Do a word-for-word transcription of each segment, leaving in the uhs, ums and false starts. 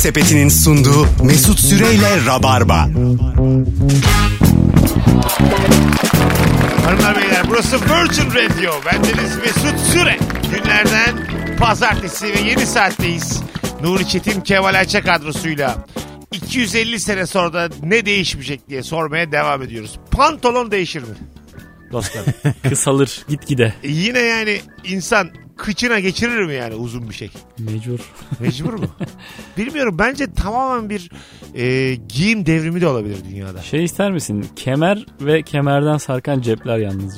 Sepeti'nin sunduğu Mesut Süreyle Rabarba. Hanımlar beyler, burası Virgin Radio. Bendeniz Mesut Süre. Günlerden pazartesi ve yeni saatteyiz. Nuri Çetin, Kemal Ayça kadrosuyla iki yüz elli sene sonra da ne değişmeyecek diye sormaya devam ediyoruz. Pantolon değişir mi dostlarım? Kısalır gitgide. E yine yani insan kıçına geçirir mi yani uzun bir şey? Mecbur. Mecbur mu? Bilmiyorum, bence tamamen bir e, giyim devrimi de olabilir dünyada. Şey ister misin? Kemer ve kemerden sarkan cepler yalnızca.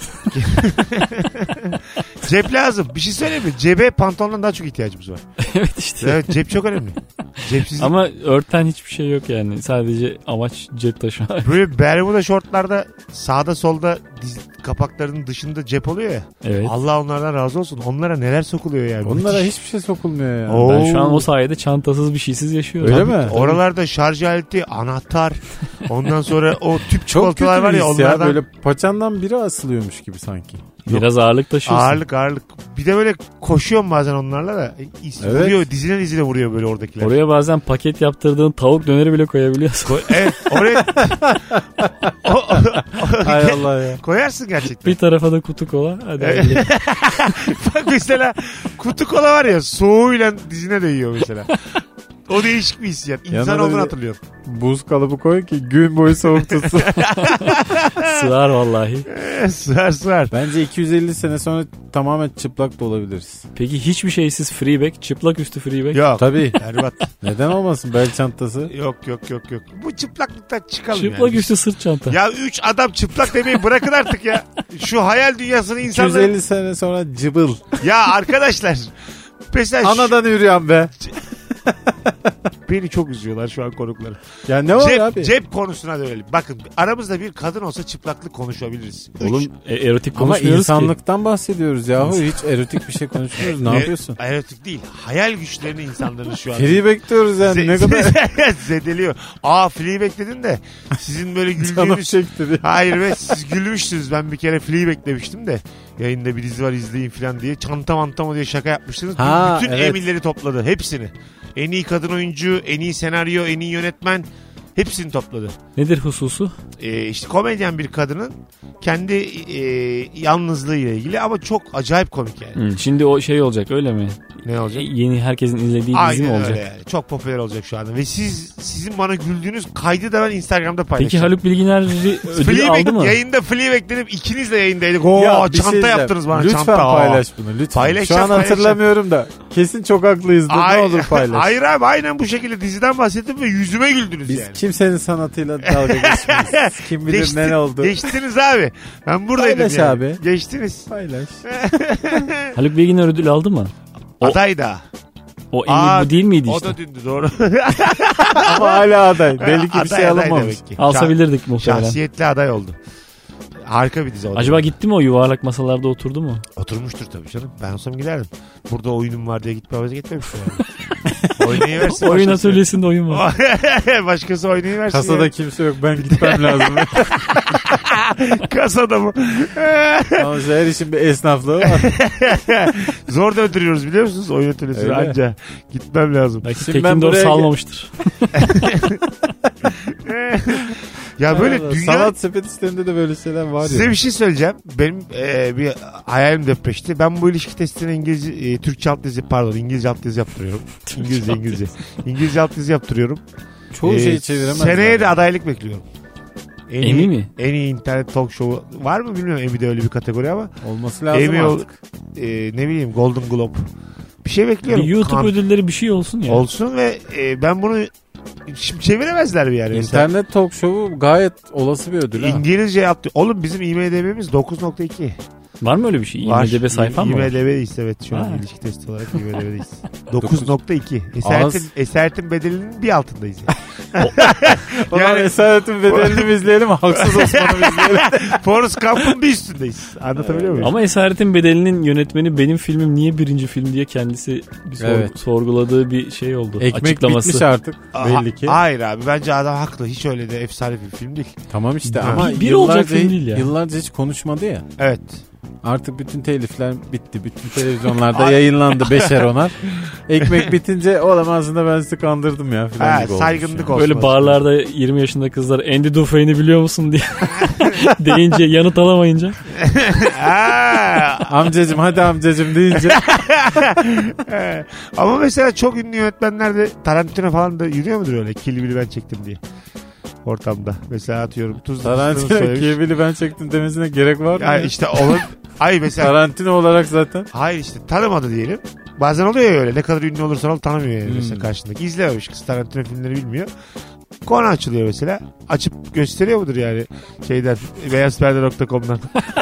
Cep lazım. Bir şey söyleyeyim mi? Cebe pantolondan daha çok ihtiyacımız var. Evet işte. Evet, cep çok önemli. Cepsizlik. Ama örten hiçbir şey yok yani. Sadece amaç cep taşımak. Böyle Bermuda şortlarda sağda solda diz kapaklarının dışında cep oluyor ya. Evet. Allah onlardan razı olsun. Onlara neler sokuluyor yani. Onlara Müthiş. hiçbir şey sokulmuyor ya. Oo. Ben şu an o sayede çantasız bir şeysiz yaşıyorum. Öyle Tabii. mi? Oralarda şarj aleti, anahtar, ondan sonra o tüp Çok çikolatalar kötü var bir ya his ya. onlardan. Böyle paçandan biri asılıyormuş gibi sanki. Biraz ağırlık taşıyorsun. Ağırlık ağırlık. Bir de böyle koşuyorum bazen onlarla da. Evet. Vuruyor, dizine dizine vuruyor böyle oradakiler. Oraya bazen paket yaptırdığın tavuk döneri bile koyabiliyorsun. Ko- evet oraya o, o, o, Hay Allah ya. koyarsın gerçekten. Bir tarafa da kutu kola. Hadi öyle. Bak mesela kutu kola var ya, soğuğuyla dizine değiyor mesela. O değişik bir hissiyat. İnsan Yanına olduğunu bir de- hatırlıyorum. Buz kalıbı koy ki gün boyu soğuk tutsun. Sığar vallahi. Sığar sığar. Bence iki yüz elli sene sonra tamamen çıplak da olabiliriz. Peki hiçbir şeysiz freeback, çıplak üstü freeback. Yok. Tabii. Berbat. Neden olmasın bel çantası? Yok yok yok yok. Bu çıplaklıktan çıkalım Çıplak yani. üstü sırt çanta. Ya üç adam çıplak demeyi bırakın artık ya. Şu hayal dünyasını iki yüz insanlar... elli sene sonra cıbıl. Ya arkadaşlar. Mesela şu- Anadan yürüyen be. beni çok üzüyorlar şu an konukları. Ya ne var Cep, abi? cep konusuna dönelim. Bakın aramızda bir kadın olsa çıplaklık konuşabiliriz. Üç. Oğlum e, erotik Ama konuşmuyoruz insanlıktan bahsediyoruz yahu. Hiç erotik bir şey konuşmuyoruz. Ne E, yapıyorsun? Erotik değil. Hayal güçlerini insanların şu an. Free bekliyoruz yani. Ze- ne kadar zedeliyor. Aa Fleabag dedin de sizin böyle canım güldüğünüz... çekti. bir. Hayır be, siz gülmüştünüz. Ben bir kere Fleabag demiştim de yayında bir dizi var izleyin falan diye. Çanta manta mı diye şaka yapmıştınız. Ha, Bütün evet. emirleri topladı. Hepsini. En iyi kadın oyuncu, en iyi senaryo, en iyi yönetmen. Hepsini topladı. Nedir hususu? Ee, işte komedyen bir kadının kendi e, yalnızlığı ile ilgili ama çok acayip komik yani. Hı, şimdi o şey olacak öyle mi? Ne olacak? Yeni herkesin izlediği dizi mi Aynen olacak? öyle yani. Çok popüler olacak şu anda. Ve siz sizin bana güldüğünüz kaydı da ben Instagram'da Peki paylaşacağım. Haluk Bilginer'i ödül Fleabag, aldı mı? yayında Fleabag dedim. İkiniz de yayındaydık. Oo, Ya bir çanta şey diyeceğim. yaptınız bana. Lütfen çanta. paylaş bunu lütfen. Şu Paylaşacağım, an paylaşacağım. hatırlamıyorum da. Kesin çok haklıyızdır. Ay- Ne olur paylaş. Hayır abi, aynen bu şekilde diziden bahsettim ve yüzüme güldünüz Biz yani. kimsenin sanatıyla dalga geçmeyiz. Kim bilir Geçti- ne oldu. Geçtiniz abi. Ben buradaydım Paylaş yani. abi. Geçtiniz. Paylaş. Haluk Bilginer ödül aldı mı? O- Aday da. O en Aa, iyi bu değil miydi O işte? da dündü, doğru. Ama hala aday. Belli ki bir Aday, şey aday alınmamış. demek ki. Alsa Şah- bilirdik muhtemelen. Şahsiyetli aday oldu. Harika bir dizi oldu. Acaba gitti mi o yuvarlak masalarda oturdu mu? Oturmuştur tabii canım. Ben olsam giderdim. Burada oyunum var diye gitmemeze gitmemiştir yani. Oynayıversin. Oyun başkası. atölyesinde oyun var. Başkası oynayıversin. Kasada ya. kimse yok. Ben gitmem lazım. Kasada mı? Ama şu her işin bir esnaflığı var. Zor da ötürüyoruz biliyor musunuz? Oyun atölyesi Öyle. anca. Gitmem lazım. Belki Şimdi ben Tekin Dor buraya- salmamıştır. Ya böyle Allah, dünya... Sanat sepet sisteminde de böyle şeyler var Size ya. bir şey söyleyeceğim. Benim e, bir hayalim depreşti. Ben bu ilişki testine İngilizce, e, Türkçe alt yazı, pardon İngilizce alt yazı yaptırıyorum. İngilizce İngilizce. İngilizce alt yazı yaptırıyorum. Çoğu E, şeyi çeviremez. Seneye de yani. adaylık bekliyorum. En Emmy iyi, mi? En iyi internet talk show var mı bilmiyorum. Emmy'de öyle bir kategori ama. Olması lazım Emmy ol- artık. e, ne bileyim Golden Globe. Bir şey Bir bekliyorum. YouTube Kan- ödülleri bir şey olsun ya. olsun ve e, ben bunu şimdi çeviremezler mi yani? Mesela İnternet talk show'u gayet olası bir ödül ha. İngilizce yaptı. Oğlum bizim I M D B'miz dokuz nokta iki. Var mı öyle bir şey? Var. IMDb sayfan mı var? IMDb'deyiz evet şu an Ha. ilişki testi olarak IMDb'deyiz. dokuz nokta iki. Esaretin, Az. Esaretin bedelinin bir altındayız yani. Ulan Yani- Esaretin bedelini mi izleyelim, Haksız Osman'ı mı izleyelim? Forrest Gump'ın bir üstündeyiz. Anlatabiliyor muyum? Ama Esaretin Bedeli'nin yönetmeni benim filmim niye birinci film diye kendisi bir sor- Evet. sorguladığı bir şey oldu. Ekmek Açıklaması. bitmiş artık Aa, belli ki. Hayır abi bence adam haklı. Hiç öyle de efsane bir film değil. Tamam işte Ha. ama Bir- bir olacak yıllarca, film değil ya. yıllarca hiç konuşmadı ya. Evet. Artık bütün telifler bitti. Bütün televizyonlarda yayınlandı beşer onar. Ekmek bitince olamazsında ben sizi kandırdım ya falan Ha, gibi olmuş saygınlık yani. olsun. Böyle barlarda yirmi yaşında kızlar Andy Dufresne'i biliyor musun diye deyince yanıt alamayınca. Ha. Amcacım hadi amcacım deyince. Ama mesela çok ünlü yönetmenler de Tarantino falan da yürüyor mudur öyle? Kill Bill'i ben çektim diye. Ortamda. Mesela atıyorum. Tuzlu Tarantino Kill ben çektim demesine gerek var mı? Ya işte onun... Ay mesela... Tarantino olarak zaten. Hayır işte tanımadı diyelim. Bazen oluyor ya öyle. Ne kadar ünlü olursan ol tanımıyor yani Hmm. mesela karşındaki. İzlememiş kız Tarantino filmleri bilmiyor. Konu açılıyor mesela. Açıp gösteriyor mudur yani şeyden beyazperde nokta com'dan.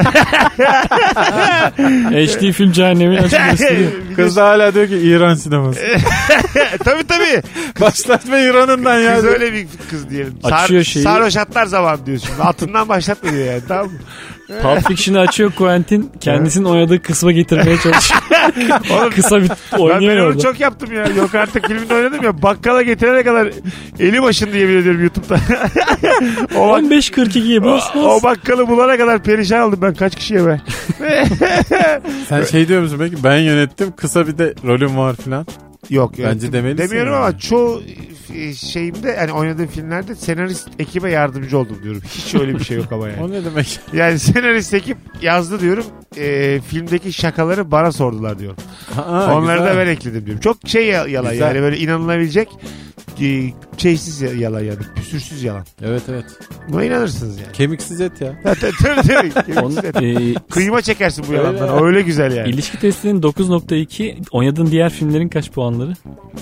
H D film cehennemin açık gösteriyor. Kız da hala diyor ki İran sineması. Tabii tabii. Başlatma İran'ından ya. Kız öyle bir kız diyelim. Açıyor Sar, şeyi. Sarhoş atlar zaman diyorsun. Altından başlatma diyor yani tamam mı? Pulp Fiction'ı açıyor Quentin. Kendisinin oynadığı kısma getirmeye çalışıyor. Kısa bir Ben oynuyor ben onu orada. çok yaptım ya. Yok artık filminde oynadım ya. Bakkala getirene kadar eli başında yemin ediyorum YouTube'da. o, bak, on beş kırk ikiye bas o, bas. o bakkalı bulana kadar perişan oldum ben kaç kişiye be. Sen şey diyor musun peki ben yönettim kısa bir de rolüm var filan. Yok. Bence yönettim. demelisin Demiyorum yani. ama çoğu e, şeyimde hani oynadığım filmlerde senarist ekibe yardımcı oldum diyorum. Hiç öyle bir şey yok ama yani. O ne demek? Yani senarist ekip yazdı diyorum. E, filmdeki şakaları bana sordular diyorum. Ha, Onları güzel. da ben ekledim diyorum. Çok şey ya- yalan Güzel. yani böyle inanılabilecek e, şeysiz ya- yalan yani. Püsürsüz yalan. Evet evet. Buna inanırsınız yani. Kemiksiz et ya. Ha, tabii tabii. tabii. Onun, e, Kıyma çekersin bu Öyle yalandan. ya. O öyle güzel yani. İlişki testinin dokuz nokta iki, oynadığın diğer filmlerin kaç puanları?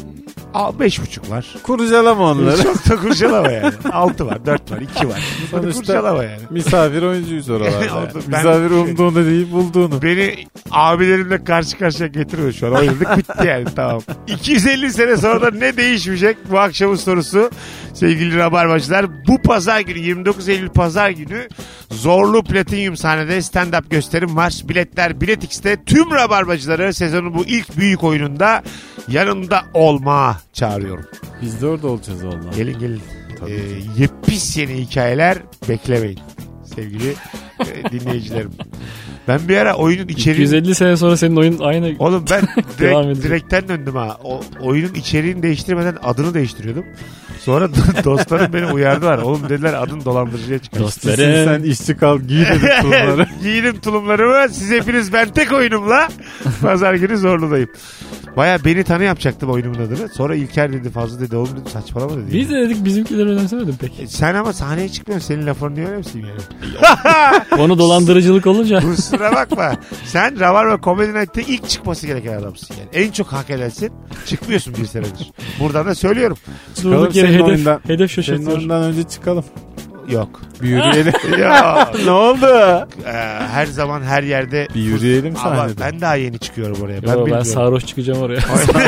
Aa, beş buçuk var. Kurcalama onları. Çok da kurcalama yani. Altı var, dört var, iki var. Hadi Sonuçta- kurcalama yani. Misafir oyuncuyuz oralarda. Oldu. yani. Ben- Misafir umduğunu değil bulduğunu. Beni abilerimle karşı karşıya getiriyor şu an. Oynadık bitti yani tamam. iki yüz elli sene sonra da ne değişmeyecek bu akşamın sorusu sevgili Rabarbacılar. Bu pazar günü yirmi dokuz Eylül pazar günü Zorlu Platinyum sahnede stand-up gösterim var. Biletler Bilet X'te tüm Rabarbacıları sezonun bu ilk büyük oyununda yanımda olma çağırıyorum. Biz de orada olacağız valla. Gelin gelin. Tabii Ee, ki. yepis yeni hikayeler beklemeyin sevgili e, dinleyicilerim. Ben bir ara oyunun iki yüz içeriğini... elli sene sonra senin oyun aynı. Oğlum ben Devam direkt, edecek. direkten döndüm ha. O, oyunun içeriğini değiştirmeden adını değiştiriyordum. Sonra do- dostlarım beni uyardılar. Oğlum dediler adın dolandırıcıya çıkar. Sen, Dostlarım. sen işçi kal giy dedik bunları. Giydim tulumlarımı. Siz hepiniz ben tek oyunumla pazar günü Zorlu'dayım. Baya beni tanı yapacaktım oyunumun adını. Sonra İlker dedi Fazlı dedi oğlum dedi saçmalama dedi. Biz de dedik bizimkileri önemsemedim pek. E, sen ama sahneye çıkmıyorsun. Senin lafını niye önemseyim yani? Konu dolandırıcılık olunca. Kusura bakma. Sen Rabarba Comedy Night'te ilk çıkması gereken adamsın yani. En çok hak edersin. Çıkmıyorsun bir senedir. Buradan da söylüyorum. Durduk yere senin hedef, oyundan. hedef Senin şaşırtıyor. ondan önce çıkalım. Yok. Bir yürüyelim. Ya, Ne oldu? e, her zaman her yerde. Bir yürüyelim Ama sahnede. ben daha yeni çıkıyorum oraya. Ben Yo, ben bilmiyorum. sarhoş çıkacağım oraya.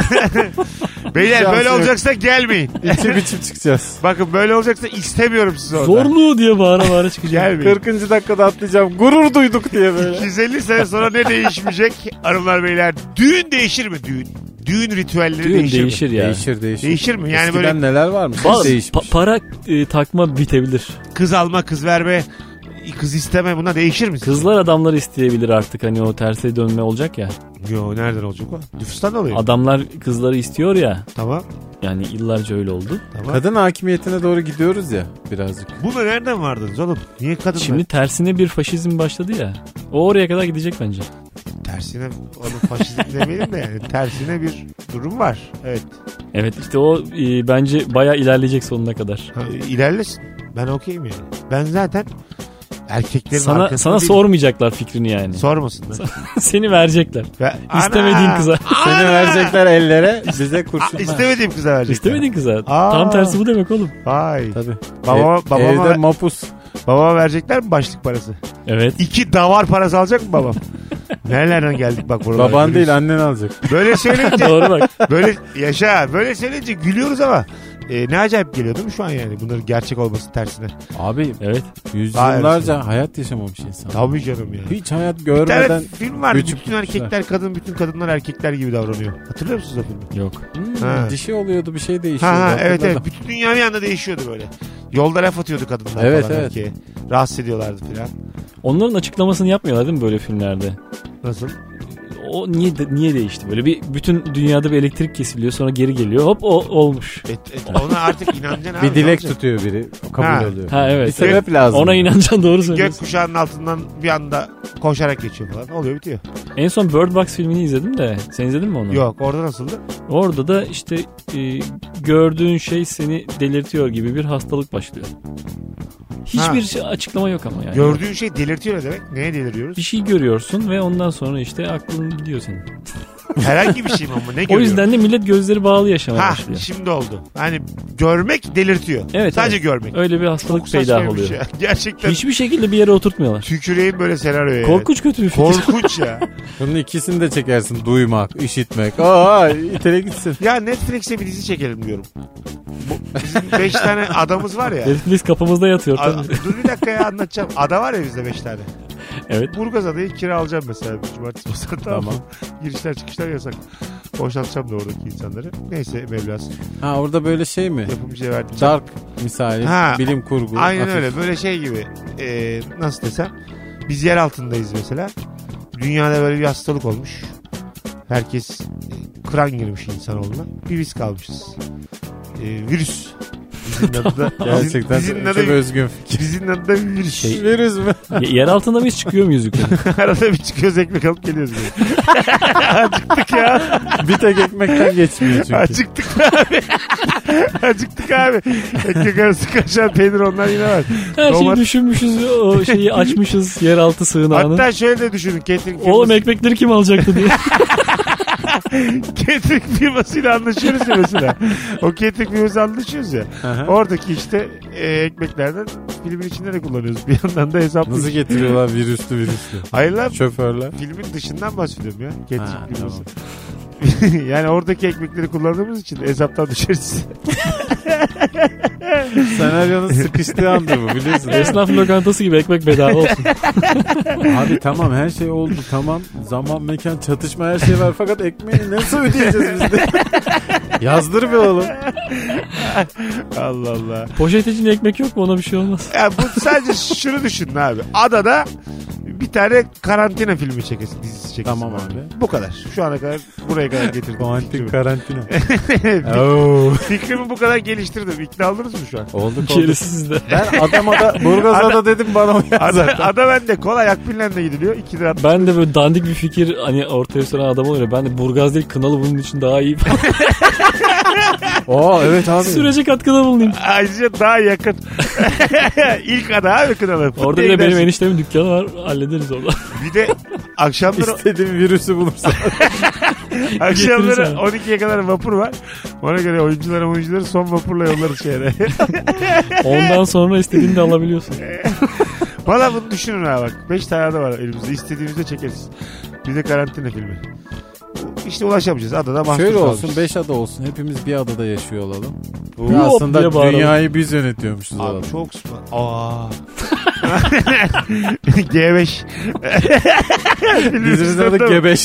Beyler Şansı böyle yok. olacaksa gelmeyin. İçip içip çıkacağız. Bakın böyle olacaksa istemiyorum sizi orada. Zorlu diye bağıra bağıra çıkacağım. Gelmeyin. kırkıncı dakikada atlayacağım. Gurur duyduk diye böyle. iki yüz elli sene sonra ne değişmeyecek? Hanımlar beyler düğün değişir mi düğün? Düğün ritüelleri Düğün değişir, değişir mi? ya. Değişir değişir. Değişir mi? Yani Eskiden böyle neler varmış? Ba- Değişmiş. pa- para e, takma bitebilir. kız alma kız verme kız isteme buna değişir mi? Kızlar adamları isteyebilir artık, hani o terse dönme olacak ya. Yo nereden olacak o? Nüfustan oluyor. Adamlar kızları istiyor ya. Tamam. Yani yıllarca öyle oldu. Tamam. Kadın hakimiyetine doğru gidiyoruz ya birazcık. Buna nereden vardınız oğlum? Niye kadınlar? Şimdi tersine bir faşizm başladı ya. O oraya kadar gidecek bence. Tersine onu faşizm demeyelim de yani tersine bir durum var. Evet. Evet işte o e, bence bayağı ilerleyecek sonuna kadar. Ha, ilerlesin. Ben okeyim yani. Ben zaten erkeklerin Sana arkasında sana değilim. sormayacaklar fikrini yani. Sormasınlar. Seni verecekler. Ve- İstemediğin Ana! kıza. Seni Ana! verecekler ellere bize Aa, kurşunlar. İstemediğim kıza verecekler. İstemediğin kıza. Aa. Tam tersi bu demek oğlum. Vay. Tabii. Babama, Ev- babama, Evde mapus. babama verecekler mi başlık parası? Evet. İki davar parası alacak mı babam? Nerelerden geldik bak buralara. Baban değil annen alacak. Böyle söyleyince Doğru bak. böyle yaşa böyle söyleyince gülüyoruz ama e, ne acayip geliyor değil mi şu an yani bunların gerçek olması tersine. Abi Evet. yüzyıllarca hayat yaşamamış insan. Tabii canım ya. Hiç hayat Bir görmeden. tane film var. göçüp Bütün erkekler kadın, bütün kadınlar erkekler gibi davranıyor. Hatırlıyor musunuz o filmi? Yok. Hmm, Ha. dişi oluyordu bir şey değişiyordu. Ha, ha evet evet. hatırladım. Bütün dünya bir anda değişiyordu böyle. Yolda laf atıyordu kadınlar Evet, falan evet. erkeğe. Rahatsız ediyorlardı filan. Onların açıklamasını yapmıyorlar değil mi böyle filmlerde? Nasıl? O niye de, niye değişti böyle? Bir bütün dünyada bir elektrik kesiliyor, sonra geri geliyor. Hop o olmuş. Et, et, ona artık inanacaksın abi. Bir dilek tutuyor biri. Kabul Ha. oluyor. Ha evet. Bir sebep lazım. Ona inanacaksın, doğru söylüyorsun. Gökkuşağının altından bir anda koşarak geçiyor falan. Oluyor, bitiyor. En son Bird Box filmini izledim de. Sen izledin mi onu? Yok, orada nasıldı? Orada da işte e, gördüğün şey seni delirtiyor gibi bir hastalık başlıyor. Hiçbir şey, açıklama yok ama yani. Gördüğün şey delirtiyor ne demek? Neye deliriyoruz? Bir şey görüyorsun ve ondan sonra işte aklın gidiyor senin. Herhangi bir şey mi ama ne O görüyor? yüzden de millet gözleri bağlı yaşamaya Ha, başlıyor. şimdi oldu. Hani görmek delirtiyor. Evet, Sadece evet. görmek. Öyle bir hastalık Çok peydah saçmaymış oluyor. ya. Gerçekten Hiçbir şekilde bir yere oturtmuyorlar. tüküreyim böyle senaryoya. Korkunç kötü bir fikir. Korkunç ya. Bunun ikisini de çekersin. Duymak, işitmek. Aa, itele gitsin. Ya Netflix'e bir dizi çekelim diyorum. Bu, bizim beş tane adamız var ya. Netflix kafamızda yatıyor A- tabii. dur bir dakika ya, anlatacağım. Ada var ya bizde beş tane. Evet. Burgaz adayı kira alacağım mesela. Cumartesi pazar, tamam mı? Tamam. Girişler çıkışlar yasak. Boşaltacağım da oradaki insanları. Neyse Mevlas. Ha, orada böyle şey mi? Yapımcıya verdim. Dark misali. Ha, Bilim kurgu. Aynen hafif. öyle. Böyle şey gibi. Ee, nasıl desem. Biz yer altındayız mesela. Dünyada böyle bir hastalık olmuş. Herkes e, kıran girmiş insanoğluna. Bir biz kalmışız. Ee, virüs. Dizinin adı da, Gerçekten dizinin çok adı, özgün fikir. dizinin adı da bir virüs. Şey- Virüs mü? Y- Yer altında mıyız, çıkıyor muyuz yukarı? Arada bir çıkıyoruz, ekmek alıp geliyoruz. Acıktık ya. Bir tek ekmekten geçmiyor çünkü. Acıktık abi. Acıktık abi. Ekmek arası kaşar peynir, onlar yine var. Her şeyi Domat- düşünmüşüz, o şeyi açmışız, yeraltı sığınağını. Hatta şöyle de düşünün. Catering Oğlum firması, ekmekleri kim alacaktı diye. catering firmasıyla anlaşıyoruz ya mesela. O catering firması anlaşıyoruz ya. Aha. Oradaki işte e, ekmeklerden filmin içinde de kullanıyoruz. Bir yandan da hesaplıyoruz. Nasıl getiriyorlar virüslü virüslü? Hayır lan. Şoförler. Filmin dışından bahsediyorum ya. Catering Ha, firması. Yani oradaki ekmekleri kullandığımız için hesaptan düşeriz. Senaryonun sıkıştığı andır bu, biliyorsun. Esnaf lokantası gibi ekmek bedava olsun. Abi tamam, her şey oldu, tamam. Zaman, mekan, çatışma, her şey var. Fakat ekmeği nasıl ödeyeceğiz biz de? Yazdır be oğlum. Allah Allah. Poşet içinde ekmek yok mu, ona bir şey olmaz. Ya bu sadece şunu düşünün abi. Adada bir tane karantina filmi çekesin, dizisi çekesin. Tamam abi. Bu kadar. Şu ana kadar buraya kadar getirdim. Kuantik fikrimi. karantina. Fik- Oo. Fikrimi bu kadar geliştirdim. İkna oldunuz mu şu an? Olduk olduk. Gerisi sizde. Ben adama da Burgaz'a da dedim, bana uyar Ada, zaten. ada bende kolay, Akbil'le de gidiliyor. iki lira. Ben de böyle dandik bir fikir hani ortaya süren adam oluyor. Ben de Burgaz değil, Kınalı bunun için daha iyi. Oo evet abi. Sürece katkıda bulunayım. Ayrıca daha yakın. İlk ada abi Kınalı. Orada bile benim eniştemin dükkanı var. Hallederiz orada. Bir de akşamları İstediğim virüsü bulursa. akşamları Getirirsen. on ikiye kadar vapur var. Ona göre oyuncuları oyuncuları son vapurla yollarız şehre. Ondan sonra istediğini de alabiliyorsun. Valla bunu düşünün ha bak. Beş tane ada var elimizde. İstediğimizde çekeriz. Bir de karantina filmi. İşte ulaşamayacağız. Adada mahsur Şöyle kalmışız. olsun, beş ada olsun. Hepimiz bir adada yaşıyor olalım. Hop Ve diye aslında bağıralım. dünyayı biz yönetiyormuşuz Abi olalım. çok smart. Aa. G beş. Dizimizin adı Gebeş.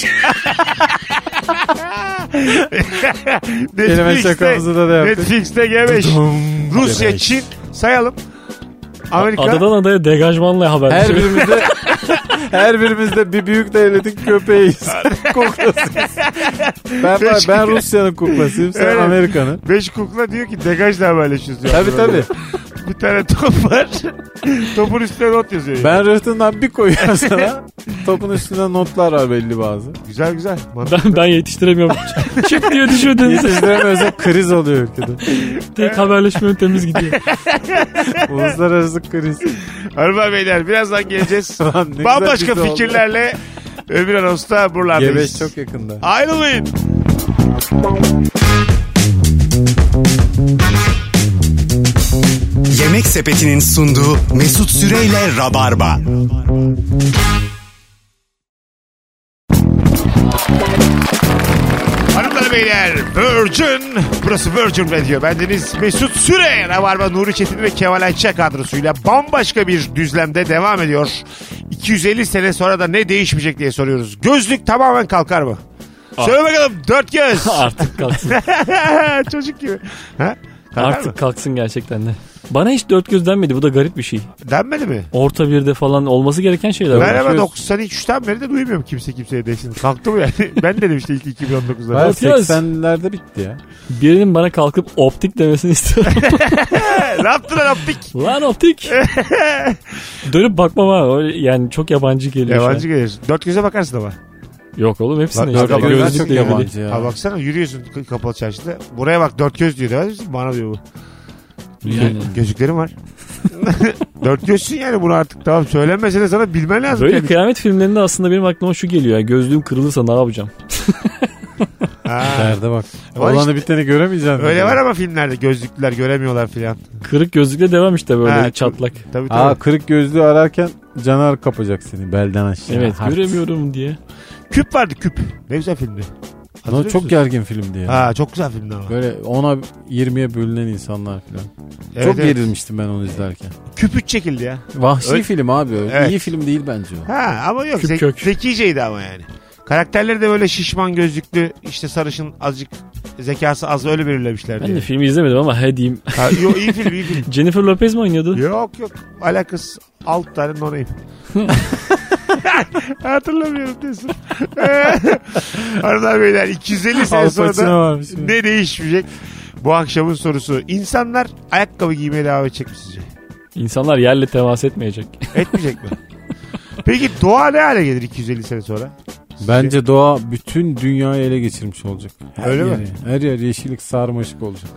Kelime şakamızı da, da yaptık. Netflix'te G beş. Rusya, Gebeş. Çin sayalım. Amerika. Adadan adaya degajmanla haber. Her birimizde her birimizde bir büyük devletin köpeğiyiz. Kuklasıyız. Ben, ben, ben Rusya'nın kuklasıyım, sen Evet. Amerika'nın. Beş kukla diyor ki degajla haberleşiyoruz diyor. Tabii tabii. Bir tane top var. Topun üstüne not yazıyor. Ben rıhtından bir koyuyorum sana. Topun üstünde notlar var belli bazı. Güzel güzel. Mantıklı. Ben, ben yetiştiremiyorum. Çık diyor, düşüyor denize. Yetiştiremezse kriz oluyor ülkede. Tek haberleşme yöntemimiz gidiyor. Uluslararası kriz. Hanımlar beyler birazdan geleceğiz. Lan ne Bambaşka güzel dizi oldu. fikirlerle öbür anonsta buralardayız. Gebeş çok yakında. Ayrılmayın. Yemek Sepeti'nin sunduğu Mesut Süreyle Rabarba. Hanımlar beyler Virgin, burası Virgin Radio. Bendeniz Mesut Süre, Rabarba, Nuri Çetin ve Kemal Ayça kadrosuyla bambaşka bir düzlemde devam ediyor. iki yüz elli sene sonra da ne değişmeyecek diye soruyoruz. Gözlük tamamen kalkar mı? Söyle bakalım, dört göz. Artık kalksın. Çocuk gibi. Ha? Kalkar Artık mı? kalksın gerçekten de. Bana hiç dört göz denmedi. Bu da garip bir şey. Denmedi mi? Orta birde falan olması gereken şeyler Ben var. hemen doksan üçten beri de duymuyorum kimse kimseye desin. Kalktı mı yani? Ben dedim işte ilk iki bin on dokuzda. Bayağı Evet, ya. seksenlerde bitti ya. Birinin bana kalkıp optik demesini istiyorum. Ne yaptın lan optik? Lan optik. Dönüp bakmam ha. Öyle yani çok yabancı geliyor. Yabancı gelir. Dört göze bakarsın ama. Yok oğlum hepsine. Bak, işte. dört Gözler Gözlükle çok ilgili. yabancı ya. Ha baksana yürüyorsun kapalı çarşıda. Buraya bak dört göz diyor. Değil mi? Bana diyor bu. Yani. Gözlüklerim var. Dört gözsün yani bunu artık tamam söylenmese de sana bilmen lazım. Böyle kendisi. kıyamet filmlerinde aslında benim aklıma şu geliyor. Yani gözlüğüm kırılırsa ne yapacağım? Ha. Derde bak. Var Olanı işte. biteni göremeyeceksin. Öyle var ama filmlerde gözlükler göremiyorlar filan. Kırık gözlükle devam işte böyle Ha, çatlak. Tabii tabii. Aa, kırık gözlüğü ararken canar kapacak seni belden aşağı. Evet Hard. göremiyorum diye. Küp vardı Küp. Ne güzel filmdi. O Hatırlıyor çok musunuz? gergin filmdi ya. Ha çok güzel filmdi ama. Böyle ona yirmiye bölünen insanlar falan. Evet, çok evet. gerilmiştim ben onu izlerken. Küp üç çekildi ya. Vahşi Öyle- film abi. Evet. İyi film değil bence o. Ha ama yok Küp zek- kök. zekiceydi ama yani. Karakterleri de böyle şişman gözlüklü işte sarışın azıcık zekası az öyle belirlemişlerdi. Ben de yani. filmi izlemedim ama he diyeyim. Ha, yo, iyi film iyi film. Jennifer Lopez mi oynuyordu? Yok yok alakası alt tane nonayım. Hatırlamıyorum diyorsun. Hanımlar beyler iki yüz elli sene Al sonra Pacino da varmış. ne değişmeyecek? Bu akşamın sorusu. İnsanlar ayakkabı giymeye devam edecek mi sizce? İnsanlar yerle temas etmeyecek. Etmeyecek mi? Peki doğa ne hale gelir iki yüz elli sene sonra? Bence doğa bütün dünyayı ele geçirmiş olacak. Her Öyle mi? yeri, Her yer yeşillik sarmaşık olacak.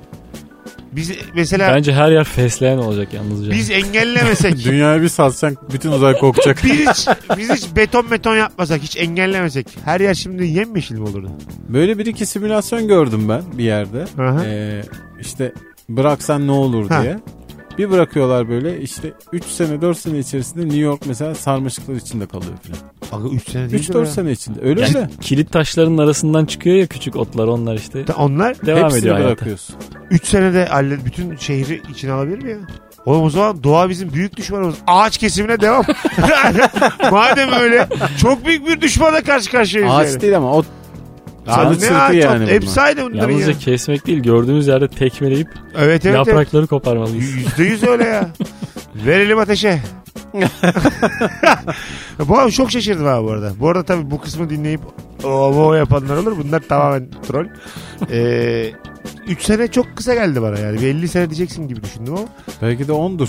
Biz mesela Bence her yer fesleğen olacak yalnızca. biz engellemesek Dünyayı bir satsan bütün uzay kokacak. biz hiç, biz hiç beton beton yapmasak hiç engellemesek her yer şimdi yemyeşil mi olurdu? Böyle bir iki simülasyon gördüm ben bir yerde. Aha. Ee, işte bıraksan ne olur Ha. diye. Bir bırakıyorlar böyle işte üç sene dört sene içerisinde New York mesela sarmaşıklar içinde kalıyor falan. Aga üç sene değil üç dört sene içinde. Öyle Yani öyle. kilit taşların arasından çıkıyor ya küçük otlar onlar işte. Onlar Devam Hepsini ediyor hayata. bırakıyorsun. üç senede hallet bütün şehri içine alabilir mi ya? Oğlum o zaman doğa bizim büyük düşmanımız. Ağaç kesimine devam. Madem öyle çok büyük bir düşmana karşı karşıyayız Ağaç yani. değil ama o Abi çalı ne çırpı ağaç? yani bunlar. Hepsi aynı bunların Yalnızca ya. kesmek değil gördüğümüz yerde tekmeleyip Evet evet. evet. yaprakları koparmalıyız. Yüzde yüz öyle ya. Verelim ateşe. Bu abi çok şaşırdım abi bu arada. Bu arada tabii bu kısmı dinleyip o o yapanlar olur. Bunlar tamamen troll. Ee, üç sene çok kısa geldi bana yani. Bir elli sene diyeceksin gibi düşündüm ama. belki de ondur.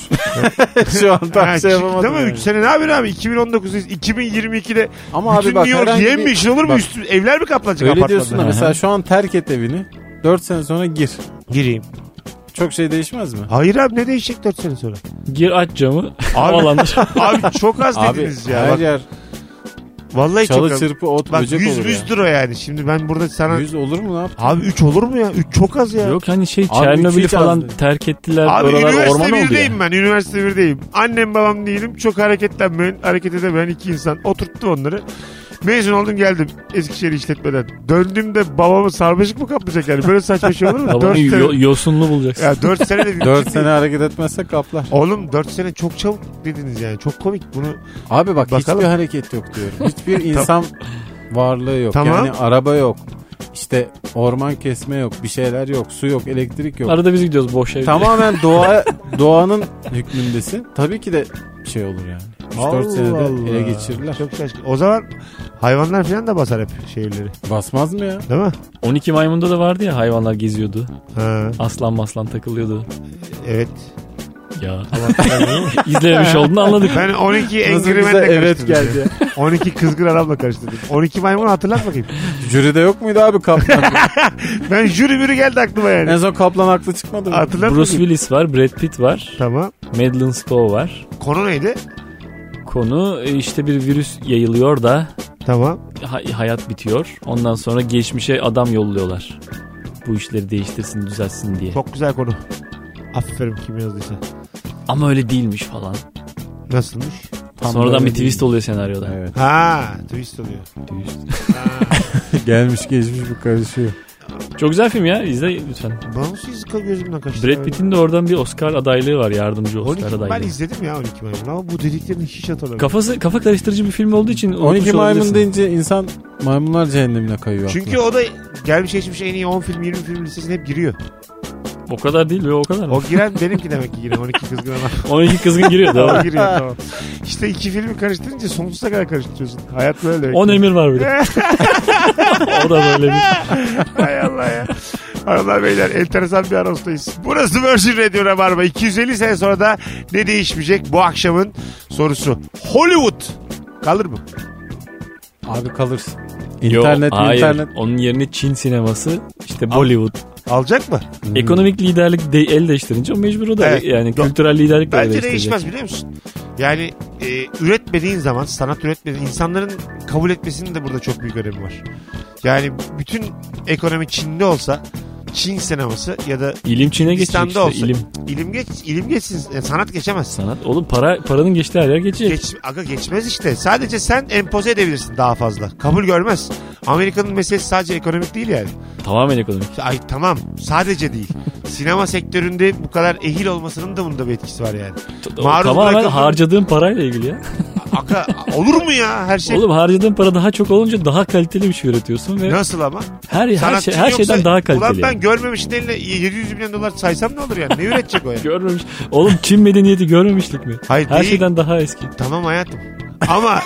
Şu an tam Ha, şey çünkü- yapamadım. Değil mi? yani. üç sene ne yapıyorsun abi? iki bin on dokuz'dayız. iki bin yirmi ikide Ama bütün abi bak New York herhangi bir- yemyeşil olur mu? Bak, Üstü, evler mi kaplanacak öyle apartmanda? diyorsun da mesela şu an terk et evini. dört sene sonra gir. Gireyim. Çok şey değişmez mi? Hayır abi ne değişecek dört sene sonra? Gir aç camı. Abi- Havalandır. Abi çok az Abi dediniz ya. her Bak, yer vallahi çok çalı az. çırpı ot Bak böcek yüz olur yüz ya. lira yani. Şimdi ben burada sana... Yüz olur mu ne yaptın? Abi üç olur mu ya? üç çok az ya. Yok hani şey Abi Çernobil'i hiç az falan değil. terk ettiler. Abi Oralar üniversite orman oldu ya. birdeyim ben. Üniversite birdeyim. Annem babam değilim. Çok hareketlenmeyen, hareket edemeyen iki insan. Oturttum onları. Mezun oldum geldim Eskişehir işletmeden. Döndüğümde babamı sarmaşık mı kaplayacak yani? Böyle saçma şey olur mu? Babanı dört sene. yo- yosunlu bulacaksın. Ya dört sene de dört sene hareket etmezse kaplar. Oğlum dört sene çok çabuk dediniz yani. Çok komik bunu. Abi bak Bakalım. hiçbir hareket yok diyorum. Hiçbir insan varlığı yok. Tamam. Yani araba yok. İşte orman kesme yok. Bir şeyler yok. Su yok. Elektrik yok. Arada biz gidiyoruz boş evde. Tamamen doğa doğanın hükmündesin. Tabii ki de şey olur yani. üç dört senede ele geçirirler. Çok şaşkın. O zaman hayvanlar falan da basar hep şehirleri. Basmaz mı ya? Değil mi? on iki Maymun'da da vardı ya hayvanlar geziyordu. Ha, Aslan maslan takılıyordu. evet. Ya. İzlememiş olduğunu anladık. Ben on iki Nasıl Angry bize Man'le evet karıştırdım. geldi. on iki kızgın adamla karıştırdım. on iki maymunu hatırlat bakayım. Jüride yok muydu abi kaplan? Ben jüri bürü geldi aklıma yani. en son kaplan haklı çıkmadı mı? Hatırlat Bruce bakayım. Willis var, Brad Pitt var, Tamam. Madeleine Stowe var. Konu neydi? Konu e, işte bir virüs yayılıyor da Tamam. ha- hayat bitiyor. Ondan sonra geçmişe adam yolluyorlar. Bu işleri değiştirsin, düzeltsin diye. Çok güzel konu. Aferin kim yazdıysa. Ama öyle değilmiş falan. Nasılmış? Tam Sonradan böyle bir twist değil. oluyor senaryoda. Evet. Ha, twist oluyor. Gelmiş geçmiş bir karışıyor. Çok güzel film ya. İzle lütfen. Bağımsız gözümden kaçtı. Brad Pitt'in de oradan bir Oscar adaylığı var. Yardımcı on Oscar iki, ben adaylığı. izledim ya on iki maymun ama bu dediklerini hiç hatırlamıyorum. Kafası kafa karıştırıcı bir film olduğu için on iki unutmuş maymun olabilirsin. deyince insan maymunlar cehennemine kayıyor. Çünkü aklına. o da gelmiş geçmiş en iyi on film yirmi film listesine hep giriyor. O kadar değil mi? O kadar mı? O giren benimki demek ki yine on iki kızgın adam. on iki kızgın giriyor. O Doğru. giriyor tamam. İşte iki filmi karıştırınca sonsuza kadar karıştırıyorsun. Hayat böyle demek. on emir var bir de. O da böyle bir. Hay Allah ya. Hanımlar beyler enteresan bir anonstayız. Burası Virgin Radio Rabarba. iki yüz elli sene sonra da ne değişmeyecek bu akşamın sorusu. Hollywood kalır mı? Abi kalırsın. Yo, İnternet, hayır. internet. Onun yerine Çin sineması, işte Bollywood. Alacak mı? Hmm. Ekonomik liderlik de el değiştirince o mecbur o da. Evet. Yani Do- kültürel liderlik de Bence değiştirecek. değişmez biliyor musun? Yani e, üretmediğin zaman, sanat üretmediğin insanların kabul etmesinin de burada çok büyük önemi var. Yani bütün ekonomi Çin'de olsa, Çin sineması ya da İlim Çin'e geçecek Hindistan'da işte. olsa. İlim. İlim geç, ilim geçsin. Yani sanat geçemez. Sanat. Oğlum para paranın geçtiği her yer geçecek. Geç, aga geçmez işte. Sadece sen empoze edebilirsin daha fazla. Kabul görmez. Amerika'nın meselesi sadece ekonomik değil yani. Tamamen ekonomik. Ay tamam, sadece değil. Sinema sektöründe bu kadar ehil olmasının da bunda bir etkisi var yani. Maruz Tamamen bırakıldığın- harcadığın parayla ilgili ya. Aga, olur mu ya her şey? Oğlum harcadığın para daha çok olunca daha kaliteli bir şey üretiyorsun ve Nasıl ama? her her, Sanatçı şey, her yoksa- şeyden daha kaliteli. Ulan ben yani. görmemişin eline yedi yüz milyon dolar saysam ne olur yani? Ne üretecek o ya? Görmemiş. Oğlum Çin medeniyeti görmemişlik mi? Hayır, her değil. şeyden daha eski. Tamam hayatım. Ama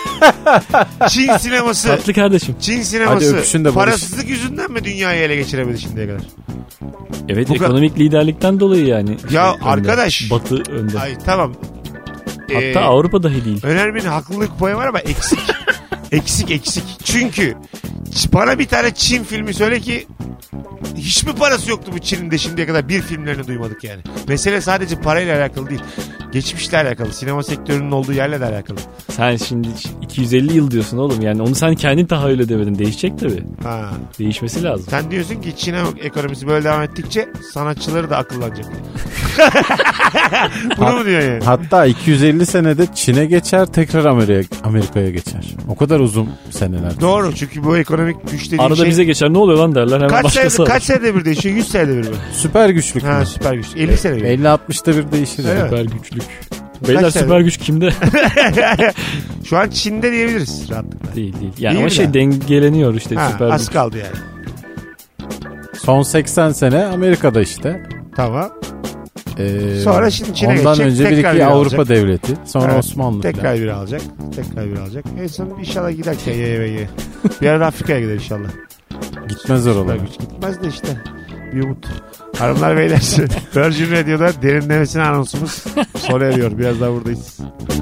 Çin sineması, Tatlı kardeşim. Çin Hadi sineması öpüşün de barış. parasızlık yüzünden mi dünyayı ele geçiremedi şimdiye kadar? Evet, Bu kadar- ekonomik liderlikten dolayı yani. Ya önde. arkadaş. Batı önde. Ay tamam. Hatta Ee, Avrupa dahi değil. Önermenin haklılık payı var ama eksik. eksik eksik. Çünkü bana bir tane Çin filmi söyle ki hiçbir parası yoktu bu Çin'in de şimdiye kadar bir filmlerini duymadık yani. Mesele sadece parayla alakalı değil. Geçmişle alakalı. Sinema sektörünün olduğu yerle de alakalı. Sen şimdi iki yüz elli yıl diyorsun oğlum. Yani onu sen kendin tahayyül edemedin. Değişecek tabii. Ha. Değişmesi lazım. Sen diyorsun ki Çin ekonomisi böyle devam ettikçe sanatçıları da akıllanacak. Bunu mu diyor yani? Hatta iki yüz elli senede Çin'e geçer, tekrar Amerika, Amerika'ya geçer. O kadar uzun seneler. Doğru, çünkü bu ekonomik güç dediğin Arada şey bize geçer, ne oluyor lan derler, hemen kaç başkası senede, alır. kaç senede bir değişiyor? yüz senede bir mi? Süper güçlük Ha mü? süper güç. elli senede bir. elli altmışta bir değişir. Evet. Süper güçlük. Beyler Kaç süper sene? güç kimde? Şu an Çin'de diyebiliriz rahatlıkla. değil değil. Yani Değil ama mi şey de? dengeleniyor işte Ha, süper az güç. kaldı yani. Son seksen sene Amerika'da işte. Tamam. Ee, Sonra şimdi Çin'e ondan geçecek, önce bir tekrar iki bir Avrupa alacak. devleti. Sonra Evet, Osmanlı. Tekrar falan. bir alacak. Tekrar bir alacak. En son inşallah giderken ye ve ye. Bir arada Afrika'ya gider inşallah. Gitmez Süper oralara. güç gitmez de işte. Bir umut. Hanımlar beyler, Virgin Radio'da derinlemesine anonsumuz sona eriyor. Biraz daha buradayız.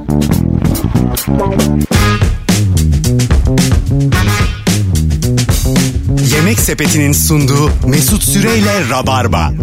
Yemek Sepeti'nin sunduğu Mesut Süreyle Rabarba.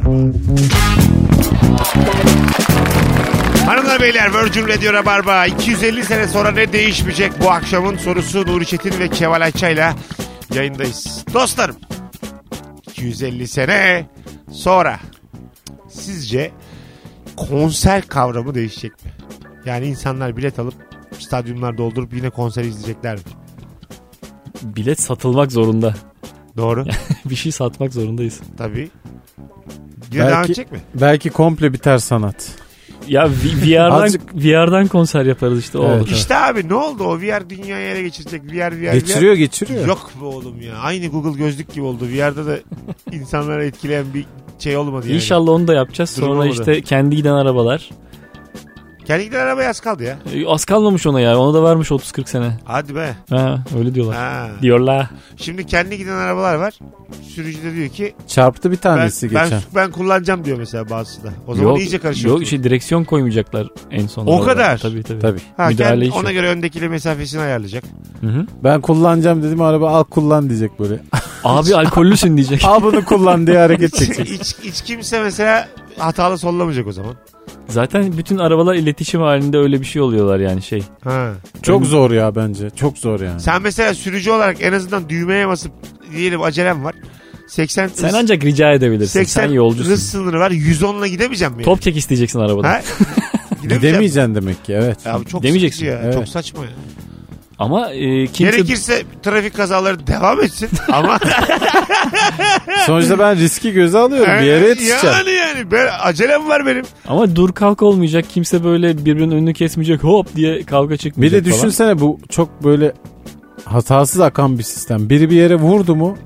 Hanımlar beyler, Virgin Radio Rabarba. iki yüz elli sene sonra ne değişmeyecek bu akşamın sorusu. Nuri Çetin ve Kemal Ayça'yla yayındayız. Dostlarım, iki yüz elli sene sonra sizce konser kavramı değişecek mi? Yani insanlar bilet alıp stadyumlar doldurup yine konser izleyecekler mi? Bilet satılmak zorunda. Doğru. Bir şey satmak zorundayız. Tabii. Yine devam Belki, edecek mi? belki komple biter sanat. Ya V- VR'dan Azıcık- V R'dan konser yaparız işte, o Evet, olur. İşte abi ne oldu, o V R dünyayı ele geçirecek. V R, V R, Geçiriyor V R. geçiriyor. Yok be oğlum ya. Aynı Google gözlük gibi oldu. V R'da da insanları etkileyen bir şey olmadı yani. İnşallah onu da yapacağız. Durum Sonra olmadı. işte kendi giden arabalar. Kendi giden arabaya az kaldı ya. E, Az kalmamış ona ya. Ona da varmış otuz kırk sene. Hadi be. Ha, öyle diyorlar. Ha. Diyorlar. Şimdi kendi giden arabalar var. Sürücü de diyor ki Çarptı bir ben, tanesi ben, geçen. ben kullanacağım diyor mesela bazısı da. O zaman iyice karışıyor. Yok şey, direksiyon koymayacaklar en son. O arabalar. kadar. Tabii tabii. Tabii. ha, müdahale kendi, işi ona yok. göre öndekiyle mesafesini ayarlayacak. Hı hı. Ben kullanacağım dedim, araba al kullan diyecek böyle. Abi alkollüsün diyecek. Al bunu kullan diye hareket çekecek. hiç, hiç kimse mesela hatalı sollamayacak o zaman. Zaten bütün arabalar iletişim halinde, öyle bir şey oluyorlar yani şey. Ha. Çok zor ya bence. Çok zor yani. Sen mesela sürücü olarak en azından düğmeye basıp diyelim acelem var. seksen Sen ancak rica edebilirsin. seksen Sen yolcusun. hız sınırı var. yüz onla gidemeyeceğim mi? Top çek isteyeceksin arabadan. Ha? Gidemeyeceğim. Gidemeyeceksin demek ki, evet. Ya bu çok Demeyeceksin. sıkıcı ya. Evet. Çok saçma ya. Ama e, kimse... Gerekirse trafik kazaları devam etsin ama Sonuçta ben riski göze alıyorum. Bir yere yetişeceğim. yani yani ben acelem var benim. Ama dur kalk olmayacak. Kimse böyle birbirinin önünü kesmeyecek. Hop diye kavga Bir çıkmayacak de düşünsene, bu çok böyle hatasız akan bir sistem. Biri bir yere vurdu mu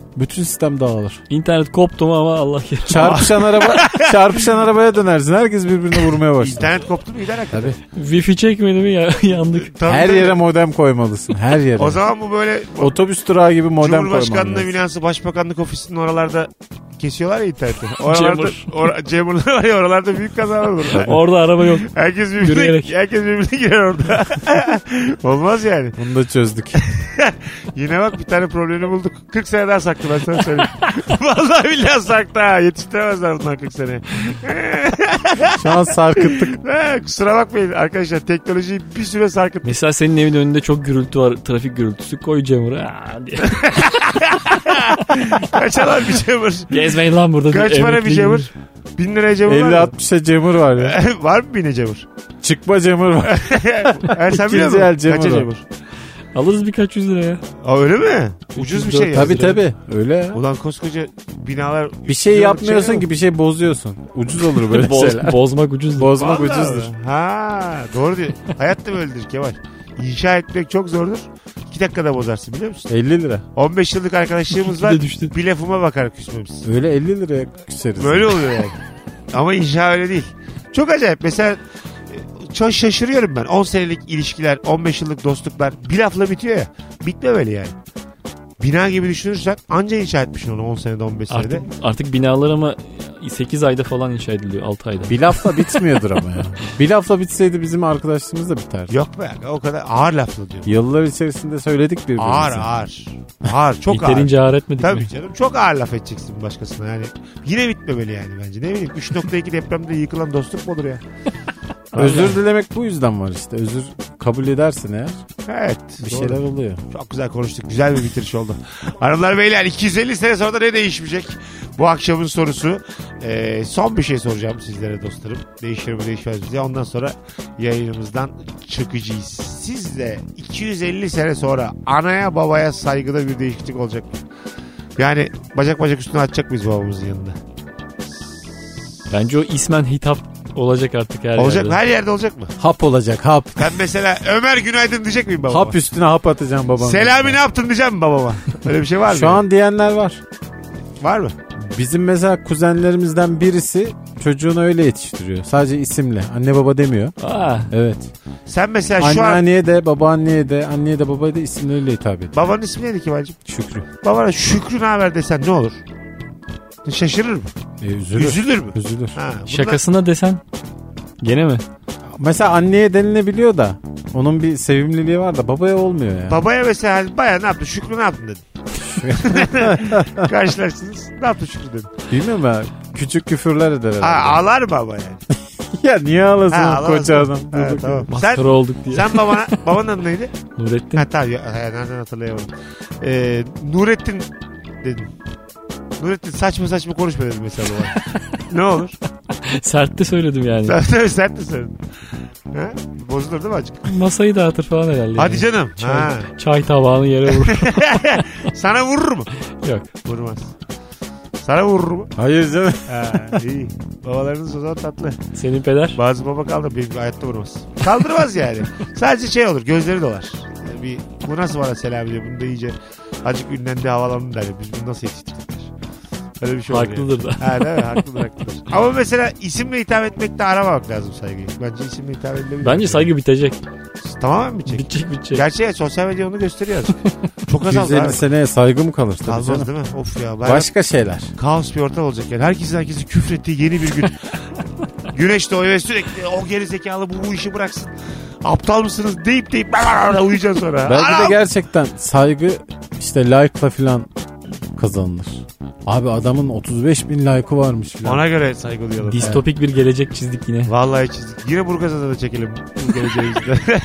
Bütün sistem dağılır. İnternet koptu mu ama Allah kerim. Çarpışan araba çarpışan arabaya dönersin. Herkes birbirine vurmaya başlar. İnternet koptu mu gider hakikaten. Tabii. Wi-Fi çekmedi mi ya, yandık. Tabii, Her tabii. yere modem koymalısın. Her yere. O zaman bu böyle Otobüs durağı gibi modem koyman Cumhurbaşkanlığı lazım. binası, Başbakanlık ofisinin oralarda kesiyorlar ya interneti. Oralarda, Jammer. or, Jammer'lar var ya, oralarda büyük kazalar olur. Orada araba yok. Herkes birbirine, Yürüyerek. herkes birbirine girer orada. Olmaz yani. Bunu da çözdük. Yine bak bir tane problemi bulduk. kırk sene daha saklı, ben sana söyleyeyim. Vallahi billahi saklı ha. Yetiştiremezler bunlar kırk sene. Şu an sarkıttık. Ha, kusura bakmayın arkadaşlar, teknolojiyi bir süre sarkıttık. Mesela senin evin önünde çok gürültü var. Trafik gürültüsü. Koy camırı. Aa diye. Kaçalar bir Jammer. Gezmeyin lan burada. Kaç para bir Emekli Jammer? gibi. Bin liraya Jammer var elli mı? altmışa jammer var ya. Var mı bine Jammer? Çıkma jammer var. Ha, sen biliyor İkinci el musun? Jammer Kaça var. Jammer? Alırız birkaç yüz liraya. Aa, öyle mi? Ucuz bir şey ya. Tabii tabii. Öyle ya. Ulan koskoca binalar... Bir şey Şey yapmıyorsun mi? ki bir şey bozuyorsun. Ucuz olur böyle Boz, şeyler. bozmak ucuz. Bozmak Vallahi ucuzdur. mi? Ha, doğru diyor. Hayat da böyledir Kemal. İnşa etmek çok zordur. İki dakikada bozarsın, biliyor musun? elli lira. on beş yıllık arkadaşlığımız var. İki de düştü. Bir lafıma bakar küsmemiz. Öyle elli liraya küseriz. Böyle oluyor yani. Ama inşa öyle değil. Çok acayip. Mesela çok şaşırıyorum ben. on senelik ilişkiler, on beş yıllık dostluklar bir lafla bitiyor ya. Bitmemeli yani. Bina gibi düşünürsen anca inşa etmişsin onu on senede, on beş senede. Artık, artık binalar ama sekiz ayda falan inşa ediliyor. altı ayda. Bir lafla bitmiyordur ama ya. Bir lafla bitseydi bizim arkadaşlığımız da biterdi. Yok be, o kadar ağır lafla diyorum. Yıllar içerisinde söyledik birbirimize. Ağır ağır. Ağır, çok ağır. Yeterince ağır etmedik Tabii mi? canım, çok ağır laf edeceksin başkasına yani. Yine bitmemeli yani bence. Ne bileyim, üç nokta iki depremde yıkılan dostluk mu olur ya? Özür dilemek bu yüzden var işte. Özür kabul edersin eğer. Evet. Bir doğru. şeyler oluyor. Çok güzel konuştuk. Güzel bir bitiriş oldu. Hanımlar beyler, iki yüz elli sene sonra ne değişmeyecek? Bu akşamın sorusu. Ee, son bir şey soracağım sizlere dostlarım. Değişir mi değişmez mi diye. Ondan sonra yayınımızdan çıkacağız. Siz de iki yüz elli sene sonra anaya babaya saygıda bir değişiklik olacak mı? Yani bacak bacak üstüne atacak mıyız babamızın yanında? Bence o ismen hitap olacak artık her Olacak yerde. mı? Her yerde olacak mı? Hap olacak hap. Ben mesela Ömer günaydın diyecek miyim babama? Hap üstüne hap atacağım babam. Selami ne yaptın diyeceğim mi babama? Öyle bir şey var mı? Şu an diyenler var. Var mı? Bizim mesela kuzenlerimizden birisi çocuğunu öyle yetiştiriyor. Sadece isimle. Anne baba demiyor. Aa, Evet. Sen mesela şu an Anneanneye de babaanneye de anneye de babaya da isimleriyle hitap ediyor. babanın ismi neydi Kemal'cim? Şükrü. Babana Şükrü ne haber desen ne olur? Şaşırır mı? E, üzülür. Üzülür mü? Üzülür. Ha, bunlar- şakasına desen gene mi? Mesela anneye denilebiliyor da onun bir sevimliliği var da babaya olmuyor ya. Babaya mesela baya ne yaptın? Şükrü ne yaptın dedin. Karşılarsınız. Ne yaptın Şükrü dedin. Bilmiyorum ben. Küçük küfürler eder herhalde. Ha, ağlar mı baba yani? Ya niye ağlasın Ha, o ağlamaz koca mı? adam? Ha, Dur tamam. bakayım. Maskara Sen, olduk diye. sen babana, babanın adı neydi? Nurettin. Ha tamam. Ya, ha, nereden hatırlayamadım. Ee, Nurettin dedin. Nurettin saçma saçma konuşma dedim mesela babana. Ne olur? Sert de söyledim yani. Sen, sen, sen de söyledin. Ha? Bozulur değil mi acık? Masayı dağıtır falan herhalde. Hadi yani. canım. Çay, Ha. çay tabağını yere vurur. Sana vurur mu? Yok. Vurmaz. Sana vurur mu? Hayır canım. Ha, iyi. Babalarınız o zaman tatlı. Senin peder. Bazı baba kaldır, benim hayatta vurmaz. Kaldırmaz yani. Sadece şey olur, gözleri dolar. Yani bir, bu nasıl bana selam ediyor? Bunu da iyice acık ünlendi, havalandı der. Biz bunu nasıl yetiştirdik? Öyle bir şey olur. Haklıdır yani. da. Ha, değil mi? Haklıdır, haklıdır. Ama mesela isimle hitap etmekte aramamak lazım saygıyı. Bence isimle hitap edilebilir. Bence saygı bitecek. Tamamen bitecek. Bitecek bitecek. Gerçi sosyal medya onu gösteriyor. Çok azaldı yüz elli abi. seneye saygı mı kalır? Tabii Kalmaz canım. değil mi? Of ya. Ben Başka şeyler. kaos bir ortam olacak yani. Herkesin herkesi küfrettiği yeni bir gün. Güneş doğuyor ve sürekli o geri zekalı bu, bu işi bıraksın. Aptal mısınız deyip deyip uyuyacaksın sonra. Belki de Anam! gerçekten saygı işte like'la falan kazanılır. Abi adamın otuz beş bin like'ı varmış falan. Ona göre saygı duyalım. Distopik bir gelecek çizdik yine. Vallahi çizdik. Yine Burgazada'da da çekelim. Bu geleceğimizde.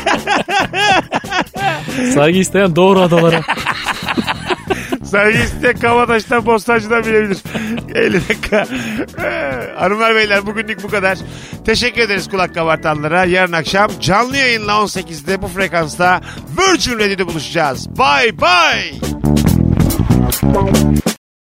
Saygı isteyen doğru adalara. Saygı isteyen Kavataş'tan Bostancı'dan bilebilir. elli dakika. Hanımlar beyler, bugünlük bu kadar. Teşekkür ederiz kulak kabartanlara. Yarın akşam canlı yayınla on sekizde bu frekansta Virgin Radio'da buluşacağız. Bye bye.